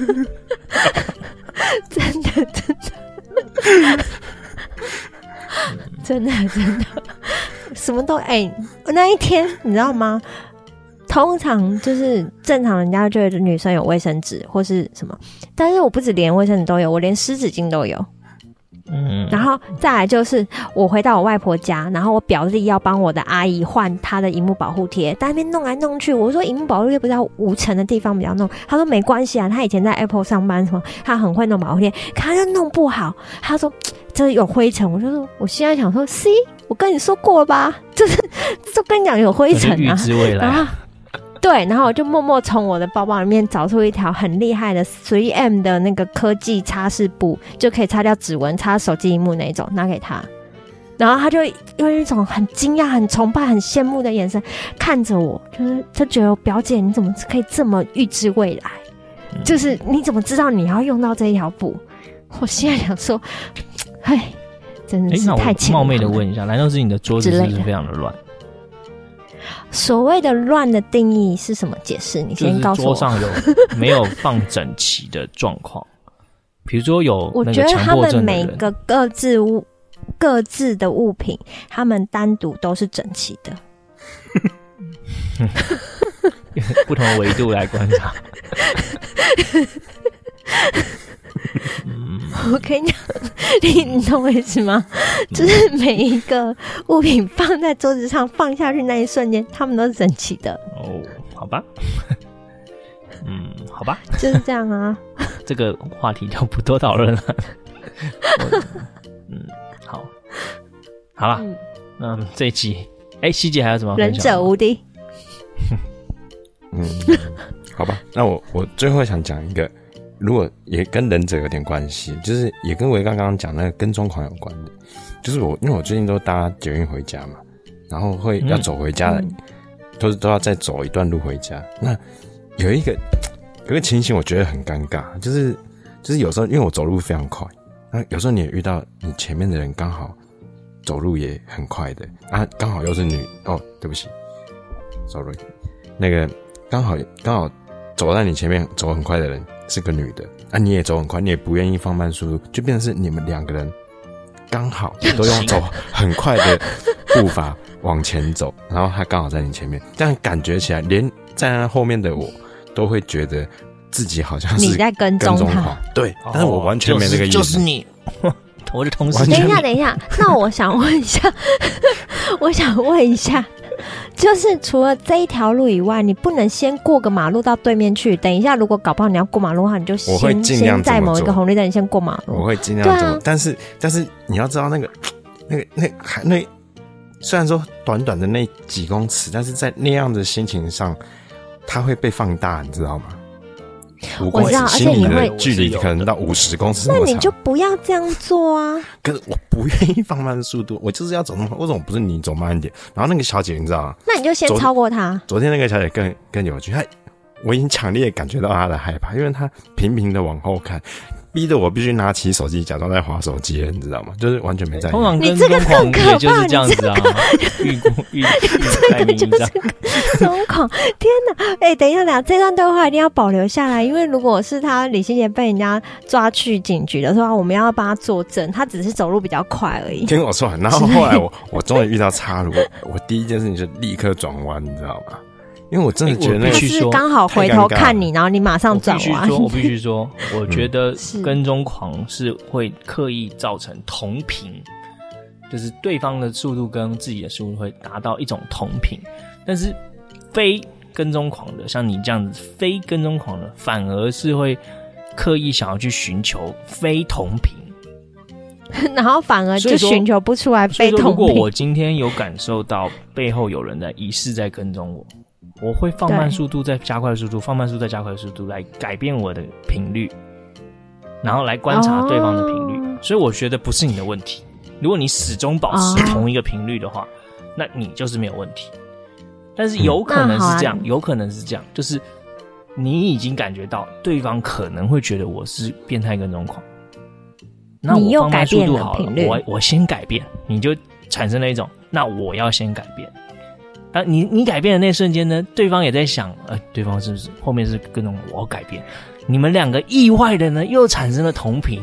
真的，什么都那一天你知道吗？通常就是正常人家觉得女生有卫生纸或是什么，但是我不止连卫生纸都有，我连湿纸巾都有。然后再来就是我回到我外婆家，然后我表弟要帮我的阿姨换她的萤幕保护贴，在那边弄来弄去，我说萤幕保护贴不是要5层的地方比较弄，他说没关系啊，他以前在 Apple 上班什么，他很会弄保护贴，可他就弄不好，他说这有灰尘，我就说我现在想说 C 我跟你说过了吧，就是就跟你讲有灰尘啊， 预知未来。 对，然后我就默默从我的包包里面找出一条很厉害的 3M 的那个科技擦拭布，就可以擦掉指纹、擦手机萤幕那一种，拿给他。然后他就用一种很惊讶、很崇拜、很羡慕的眼神看着我，就是他觉得表姐你怎么可以这么预知未来？就是你怎么知道你要用到这一条布？我现在想说，唉，真的是太强了。 那我冒昧的问一下，难道是你的桌子是不是非常的乱？ 所谓的乱的定义是什么解释？你先告诉我。 桌上有没有放整齐的状况？比如说有那个强迫症的人， 我觉得他们每个各自的物品，他们单独都是整齐的。 不同的维度来观察。 我跟你讲，你懂我意思吗？就是每一个物品放在桌子上放下去那一瞬间，他们都是整齐的。 哦，好吧，好吧， 就是这样啊。 这个话题就不多讨论了。好了，这一期，希姐还有什么？ 忍者无敌。 好吧，那我最后想讲一个。如果也跟忍者有点关系，就是也跟我刚刚讲那个跟踪狂有关的，就是因为我最近都搭捷运回家嘛，然后会要走回家的，都要再走一段路回家。那有一个情形我觉得很尴尬，就是有时候因为我走路非常快，那有时候你也遇到你前面的人刚好走路也很快的啊，刚好又是女对不起 ，sorry， 那个刚好走在你前面走很快的人是个女的啊，你也走很快，你也不愿意放慢速度，就变成是你们2个人刚好都用走很快的步伐往前走，然后他刚好在你前面，这样感觉起来，连站在后面的我都会觉得自己好像是你在跟踪他， 对，但是我完全没那个意思， 就是你。我的同事。 等一下，那我想问一下，就是除了这一条路以外，你不能先过个马路到对面去。等一下，如果搞不好你要过马路的话，你就先在某一个红绿灯，你先过马路。 我会尽量这么，但是你要知道那虽然说短短的那几公尺，但是在那样的心情上，它会被放大，你知道吗？5公尺，心里的距离可能到50公尺。 那你就不要这样做啊！ 可是我不愿意放慢速度，我就是要走那么快。为什么不是你走慢一点？然后那个小姐你知道吗？ 那你就先超过她。 昨天那个小姐更有趣，我已经强烈感觉到她的害怕，因为她频频的往后看， 逼得我必须拿起手机假装在滑手机，你知道吗？就是完全没在意。 通常跟踪狂也就是这样子啊，欲盖弥彰。 跟踪狂，天哪！等一下，这段对话一定要保留下来，因为如果是他李心洁被人家抓去警局的话，我们要帮他作证，他只是走路比较快而已。 听我说完，然后后来我终于遇到岔路，我第一件事情就立刻转弯，你知道吗？因为我真的觉得那个是刚好回头看你，然后你马上转弯。 我必须说，我觉得跟踪狂是会刻意造成同频，就是对方的速度跟自己的速度会达到一种同频，但是非跟踪狂的，像你这样子非跟踪狂的，反而是会刻意想要去寻求非同频， 然后反而就寻求不出来非同频。 如果我今天有感受到背后有人在疑似在跟踪我，我会放慢速度再加快速度，放慢速度再加快速度，来改变我的频率，然后来观察对方的频率。所以我觉得不是你的问题，如果你始终保持同一个频率的话，那你就是没有问题。但是有可能是这样，有可能是这样，就是你已经感觉到对方可能会觉得我是变态跟踪狂，那我放慢速度好了，我先改变，你就产生了一种，那我要先改变。你改变的那瞬间呢，对方也在想，对方是不是后面是跟踪我要改变？你们两个意外的呢，又产生了同频。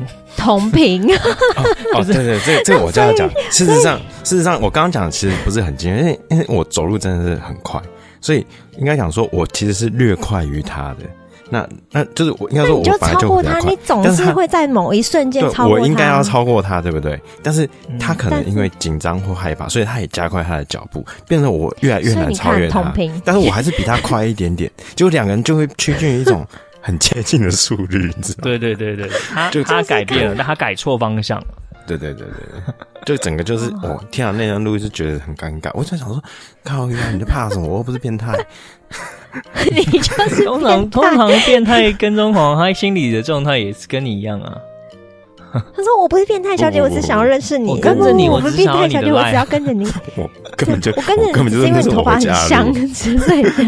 对，这个我就要讲。事实上，我刚刚讲的其实不是很近，因为我走路真的是很快，所以应该讲说我其实是略快于他的。那就是我应该说，我本来就比较快， 你总是会在某一瞬间超过他。 我应该要超过他，对不对？但是他可能因为紧张或害怕，所以他也加快他的脚步，变成我越来越难超越他。但是我还是比他快一点点，结果两个人就会趋近于一种很接近的速率，你知道吗？ 对，他改变了，但他改错方向了。 对，就整个就是天啊，那段路是觉得很尴尬。我就想说，靠呀，你就怕什么？我又不是变态。 你就是通常变态跟踪狂，他心理的状态也是跟你一样啊。 他说：“我不是变态小姐，我只想要认识你。 我跟着你， 我不是变态小姐，我只要跟着你。 我根本就我跟着你是因为你头发很香之类的。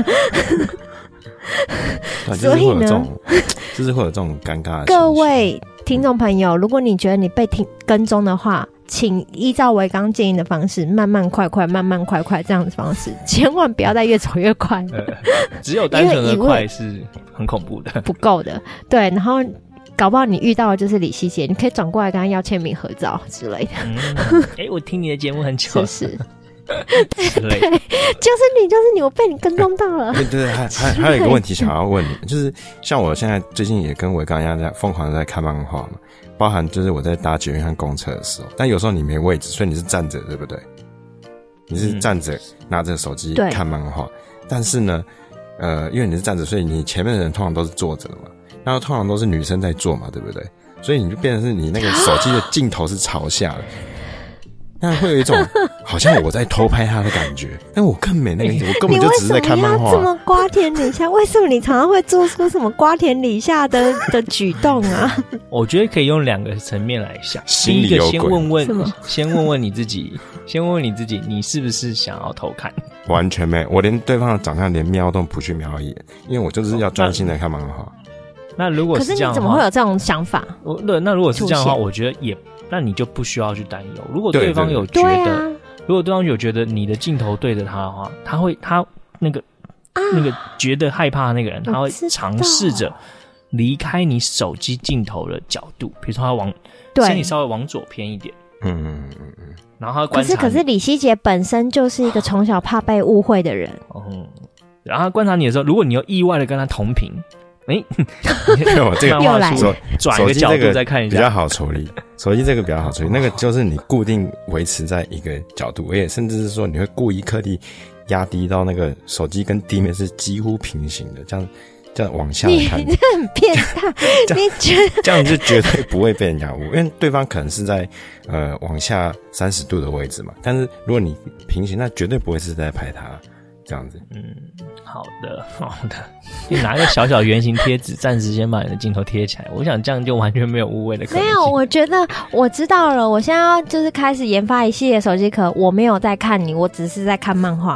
所以呢， 就是会有这种尴尬的。 各位听众朋友，如果你觉得你被跟踪的话，请依照维刚建议的方式，慢慢快快这样的方式，千万不要再越走越快。 只有单纯的快是很恐怖的， 不够的。对，然后搞不好你遇到的就是李希杰，你可以转过来跟他要签名合照之类的。 我听你的节目很久， 是。对，就是你，我被你跟踪到了。 对，还有一个问题想要问你，就是像我现在最近也跟维刚一样在疯狂的在看漫画嘛，包含就是我在搭捷运和公车的时候，但有时候你没位置，所以你是站着，对不对？你是站着拿着手机看漫画，但是呢，因为你是站着，所以你前面的人通常都是坐着的嘛，然后通常都是女生在坐嘛，对不对？所以你就变成是你那个手机的镜头是朝下的。那会有一种好像我在偷拍他的感觉，但我根本没那个意思，我根本就只是在看漫画。 你为什么要这么瓜田李下？为什么你常常会做出什么瓜田李下的举动啊？ 我觉得可以用两个层面来想。 第一个先问问你自己，你是不是想要偷看？ 完全没，我连对方的长相连瞄都不去瞄一眼，因为我就是要专心的看漫画。 那如果是这样的话， 可是你怎么会有这种想法？ 那如果是这样的话，我觉得也。那你就不需要去担忧。如果对方有觉得，如果对方有觉得你的镜头对着他的话，他那个觉得害怕的那个人，他会尝试着离开你手机镜头的角度，比如说他身体稍微往左偏一点，然后他观察你。 可是李希杰本身就是一个从小怕被误会的人， 然后他观察你的时候，如果你又意外的跟他同频。 这个又来转一个角度再看一下， 比较好处理。手机这个比较好处理，那个就是你固定维持在一个角度，而且甚至是说你会故意刻意压低到那个手机跟地面是几乎平行的，这样往下看。 你这很变态，你觉得这样就绝对不会被人家误，因为对方可能是在往下30度的位置嘛，但是如果你平行，那绝对不会是在拍他。这样子， 好的，你拿一个小小圆形贴纸，暂时先把你的镜头贴起来。我想这样就完全没有误会的可能性。 没有，我觉得我知道了。我现在要就是开始研发一系列手机壳，我没有在看你，我只是在看漫画。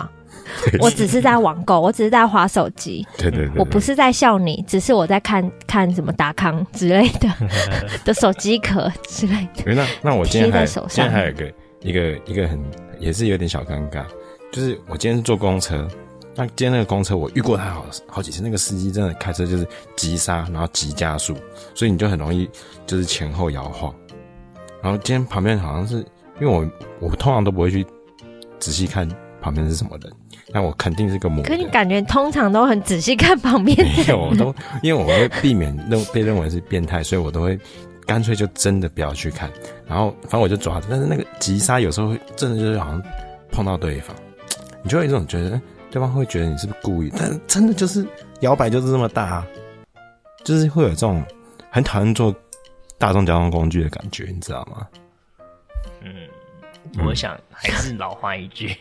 我只是在网购，我只是在滑手机。 对， 我不是在笑你，只是我在看什么达康之类的的手机壳之类的。 那我今天还有一个很也是有点小尴尬，就是我今天是坐公车，那今天那个公车我遇过他好几次，那个司机真的开车就是急刹，然后急加速，所以你就很容易就是前后摇晃。然后今天旁边好像是因为我通常都不会去仔细看旁边是什么人，但我肯定是个母的。 可你感觉通常都很仔细看旁边的人。 没有，因为我会避免被认为是变态，所以我都会干脆就真的不要去看。然后反正我就抓着，但是那个急刹有时候会真的就是好像碰到对方，你就会有一种觉得对方会觉得你是不是故意，但真的就是摇摆就是这么大啊，就是会有这种很讨厌坐大众交通工具的感觉，你知道吗？ 我想还是老话一句，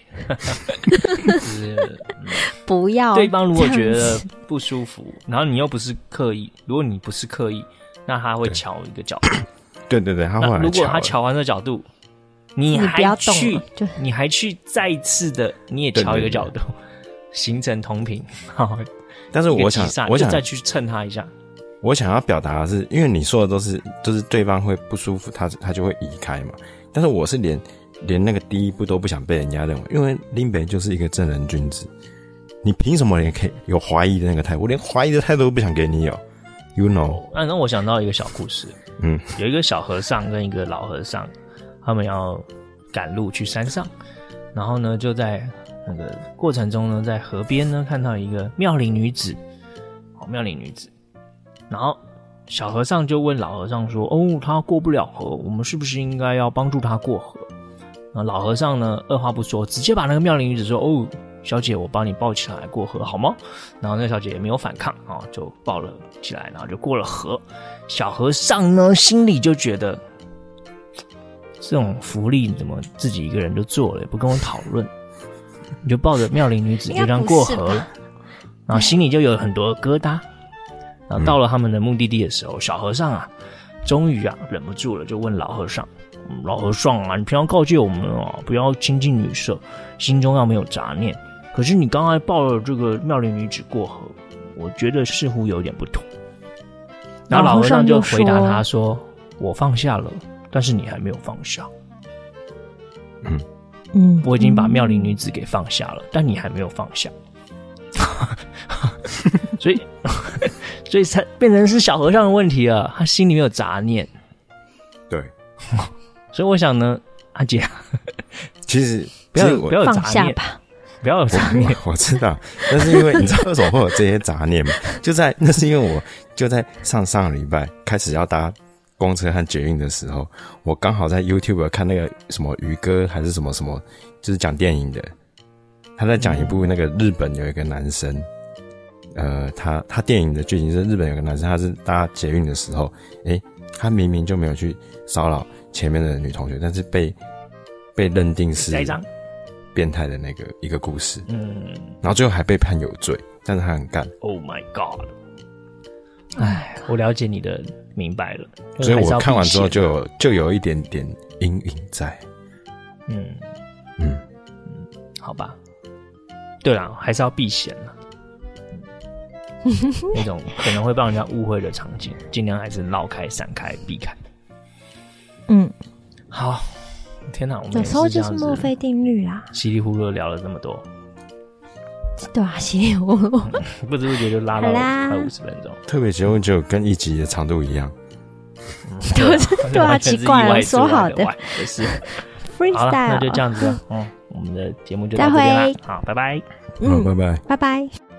不要对方如果觉得不舒服，然后你又不是刻意，如果你不是刻意，那他会瞧一个角度。 对，他会来瞧。 如果他瞧完这角度，你还去再一次的，你也瞧一个角度，形成同频。 但是我想再去蹭他一下。 我想要表达的是，因为你说的都是对方会不舒服，他就会移开嘛。但是我是连那个第一步都不想被人家认为，因为林北就是一个正人君子，你凭什么也可以有怀疑的那个态度？我连怀疑的态度都不想给你有 ，you know？ 那我想到一个小故事，有一个小和尚跟一个老和尚，他们要赶路去山上，然后呢就在那个过程中呢，在河边呢看到一个妙龄女子，然后小和尚就问老和尚说：“他过不了河，我们是不是应该要帮助他过河？”然后老和尚呢，二话不说，直接把那个妙龄女子说：“小姐，我帮你抱起来过河好吗？”然后那个小姐也没有反抗就抱了起来，然后就过了河。小和尚呢，心里就觉得这种福利你怎么自己一个人就做了，也不跟我讨论，你就抱着妙龄女子就这样过河了，然后心里就有很多疙瘩。然后到了他们的目的地的时候，小和尚终于忍不住了，就问老和尚：“老和尚你平常告诫我们不要亲近女色，心中要没有杂念。可是你刚才抱了这个妙龄女子过河，我觉得似乎有点不妥。”然后老和尚就回答他说：“我放下了，但是你还没有放下。我已经把妙龄女子给放下了，但你还没有放下。”所以才变成是小和尚的问题了，他心里没有杂念。 对， 所以我想呢，阿姐， 其实不要有杂念吧， 不要有杂念。 我知道，但是因为你知道为什么会有这些杂念吗？那是因为我就在上个礼拜开始要搭公车和捷运的时候，我刚好在 YouTube 看那个什么鱼哥还是什么，就是讲电影的，他在讲一部那个日本有一个男生。他电影的剧情是日本有个男生，他是搭捷运的时候，他明明就没有去骚扰前面的女同学，但是被认定是变态的那个一个故事，然后最后还被判有罪，但是他很干。 Oh my god！ 我了解你的明白了， 所以我看完之后就有一点点阴影在。 好吧。对啦，还是要避嫌啦。那种可能会帮人家误会的场景，尽量还是绕开、闪开、避开。好，天哪，我们有时候就是墨菲定律啦， 稀里糊涂聊了这么多。 对啊，稀里糊涂， 不知不觉就拉到快50分钟。 特别节目就跟一集的长度一样。 对啊，奇怪了，说好的是 freestyle。 好了，那就这样子了。我们的节目就到这边啦。好，拜拜。 好，拜拜， 拜拜。